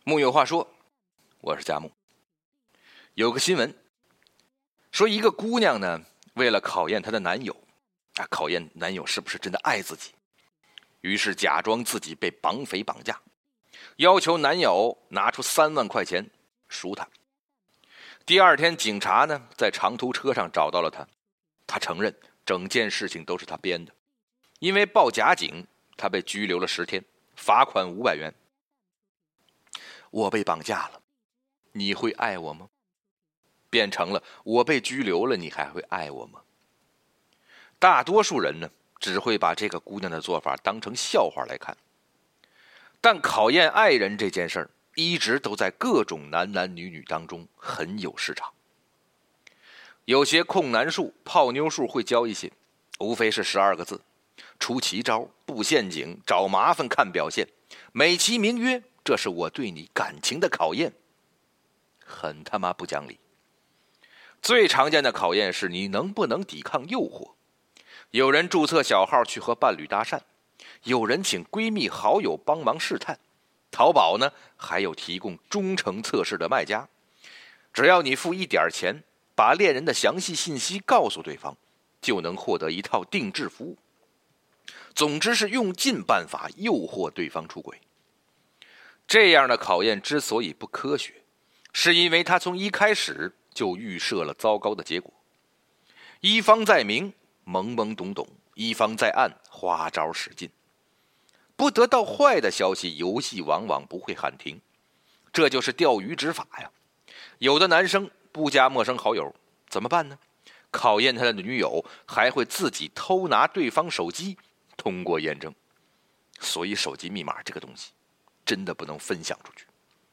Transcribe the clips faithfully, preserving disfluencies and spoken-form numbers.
木有话说，我是佳木。有个新闻说，一个姑娘呢，为了考验她的男友啊，考验男友是不是真的爱自己，于是假装自己被绑匪绑架，要求男友拿出三万块钱赎她。第二天，警察呢在长途车上找到了她，她承认整件事情都是她编的，因为报假警，她被拘留了十天，罚款五百元。我被绑架了，你会爱我吗？变成了我被拘留了，你还会爱我吗？大多数人呢，只会把这个姑娘的做法当成笑话来看。但考验爱人这件事儿，一直都在各种男男女女当中很有市场。有些控男术、泡妞术会教一些，无非是十二个字：出奇招、布陷阱、找麻烦、看表现，美其名曰这是我对你感情的考验，很他妈不讲理。最常见的考验是你能不能抵抗诱惑。有人注册小号去和伴侣搭讪，有人请闺蜜好友帮忙试探，淘宝呢还有提供忠诚测试的卖家，只要你付一点钱，把恋人的详细信息告诉对方，就能获得一套定制服务。总之是用尽办法诱惑对方出轨。这样的考验之所以不科学，是因为他从一开始就预设了糟糕的结果。一方在明，懵懵懂懂；一方在暗，花招使尽。不得到坏的消息，游戏往往不会喊停。这就是钓鱼执法呀。有的男生不加陌生好友，怎么办呢？考验他的女友，还会自己偷拿对方手机，通过验证。所以手机密码这个东西真的不能分享出去。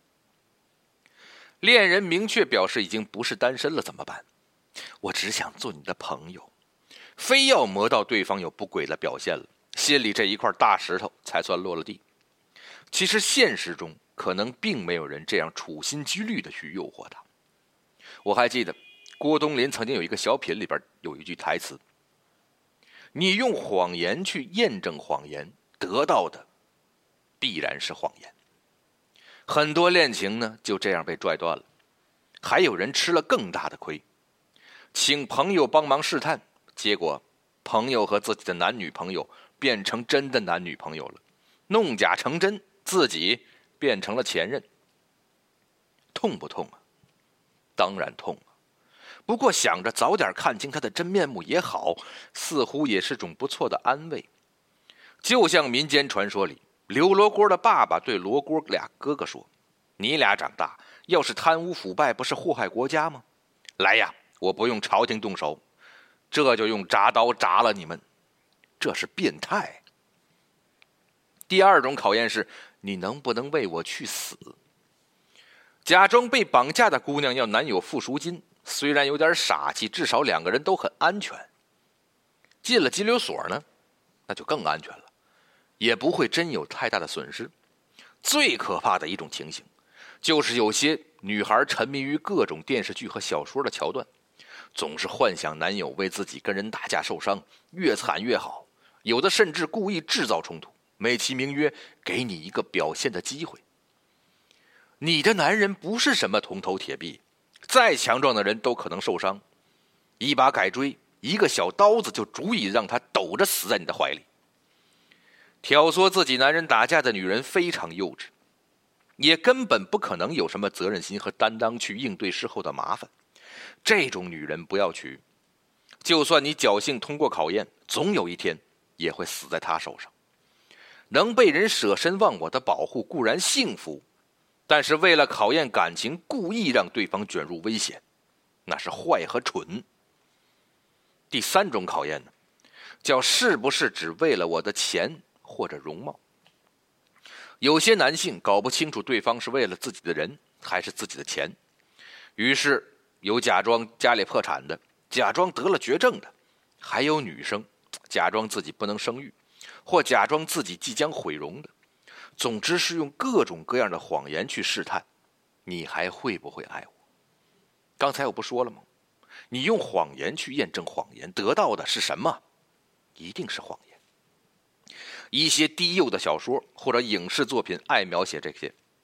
恋人明确表示已经不是单身了，怎么办？我只想做你的朋友，非要磨到对方有不轨的表现了，心里这一块大石头才算落了地。其实现实中可能并没有人这样处心积虑的去诱惑他。我还记得郭冬临曾经有一个小品里边有一句台词：你用谎言去验证谎言，得到的必然是谎言。很多恋情呢就这样被拽断了。还有人吃了更大的亏，请朋友帮忙试探，结果朋友和自己的男女朋友变成真的男女朋友了，弄假成真，自己变成了前任。痛不痛啊？当然痛啊。不过想着早点看清他的真面目也好，似乎也是种不错的安慰。就像民间传说里，刘罗锅的爸爸对罗锅俩哥哥说：你俩长大要是贪污腐败，不是祸害国家吗？来呀，我不用朝廷动手，这就用铡刀铡了你们。这是变态。第二种考验是，你能不能为我去死？假装被绑架的姑娘要男友付赎金，虽然有点傻气，至少两个人都很安全。进了拘留所呢，那就更安全了，也不会真有太大的损失。最可怕的一种情形，就是有些女孩沉迷于各种电视剧和小说的桥段，总是幻想男友为自己跟人打架受伤，越惨越好，有的甚至故意制造冲突，美其名曰给你一个表现的机会。你的男人不是什么铜头铁壁，再强壮的人都可能受伤，一把改锥，一个小刀子就足以让他抖着死在你的怀里。挑唆自己男人打架的女人非常幼稚，也根本不可能有什么责任心和担当去应对事后的麻烦。这种女人不要娶，就算你侥幸通过考验，总有一天也会死在她手上。能被人舍身忘我的保护固然幸福，但是为了考验感情，故意让对方卷入危险，那是坏和蠢。第三种考验呢，叫是不是只为了我的钱或者容貌。有些男性搞不清楚对方是为了自己的人还是自己的钱，于是有假装家里破产的，假装得了绝症的，还有女生假装自己不能生育，或假装自己即将毁容的。总之是用各种各样的谎言去试探，你还会不会爱我？刚才我不说了吗？你用谎言去验证谎言，得到的是什么？一定是谎言。一些低幼的小说或者影视作品爱描写这些，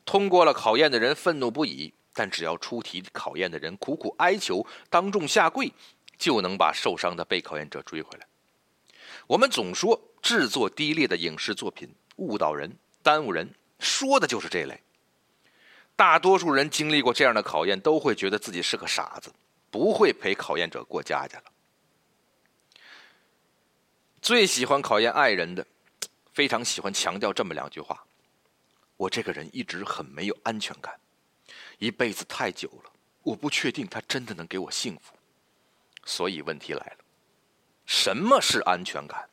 通过了考验的人愤怒不已，但只要出题考验的人苦苦哀求，当众下跪，就能把受伤的被考验者追回来。我们总说制作低劣的影视作品误导人、耽误人，说的就是这类。大多数人经历过这样的考验，都会觉得自己是个傻子，不会陪考验者过家家了。最喜欢考验爱人的，非常喜欢强调这么两句话：我这个人一直很没有安全感，一辈子太久了，我不确定他真的能给我幸福。所以问题来了，什么是安全感？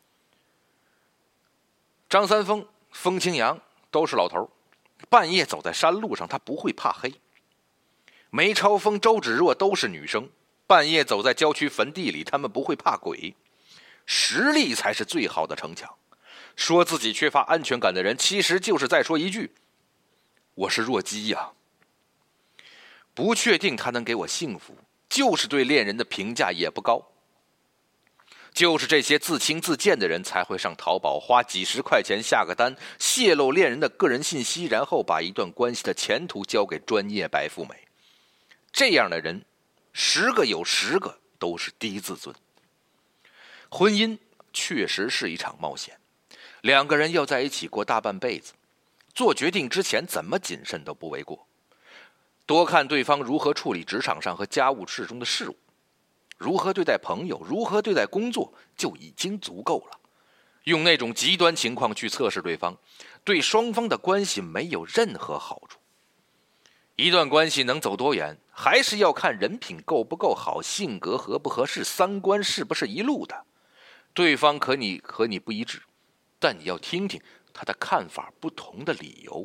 张三丰、风清扬都是老头，半夜走在山路上，他不会怕黑。梅超风、周芷若都是女生，半夜走在郊区坟地里，他们不会怕鬼。实力才是最好的城墙。说自己缺乏安全感的人，其实就是在说一句：我是弱鸡呀。不确定他能给我幸福，就是对恋人的评价也不高。就是这些自轻自贱的人才会上淘宝花几十块钱下个单，泄露恋人的个人信息，然后把一段关系的前途交给专业白富美。这样的人十个有十个都是低自尊。婚姻确实是一场冒险，两个人要在一起过大半辈子，做决定之前怎么谨慎都不为过。多看对方如何处理职场上和家务事中的事务，如何对待朋友，如何对待工作，就已经足够了。用那种极端情况去测试对方，对双方的关系没有任何好处。一段关系能走多远，还是要看人品够不够好，性格合不合适，三观是不是一路的。对方和你和你不一致，但你要听听他的看法不同的理由。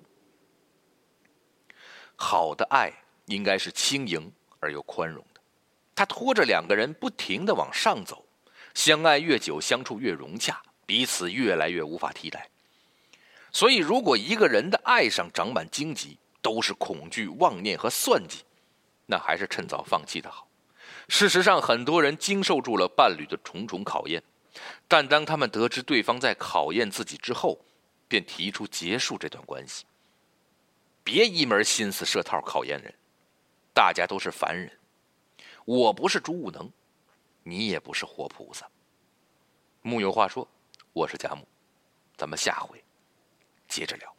好的爱应该是轻盈而又宽容的，他拖着两个人不停地往上走，相爱越久，相处越融洽，彼此越来越无法替代。所以如果一个人的爱上长满荆棘，都是恐惧、妄念和算计，那还是趁早放弃的好。事实上，很多人经受住了伴侣的重重考验，但当他们得知对方在考验自己之后，便提出结束这段关系。别一门心思设套考验人，大家都是凡人，我不是朱武能，你也不是活菩萨。木有话说，我是贾木，咱们下回接着聊。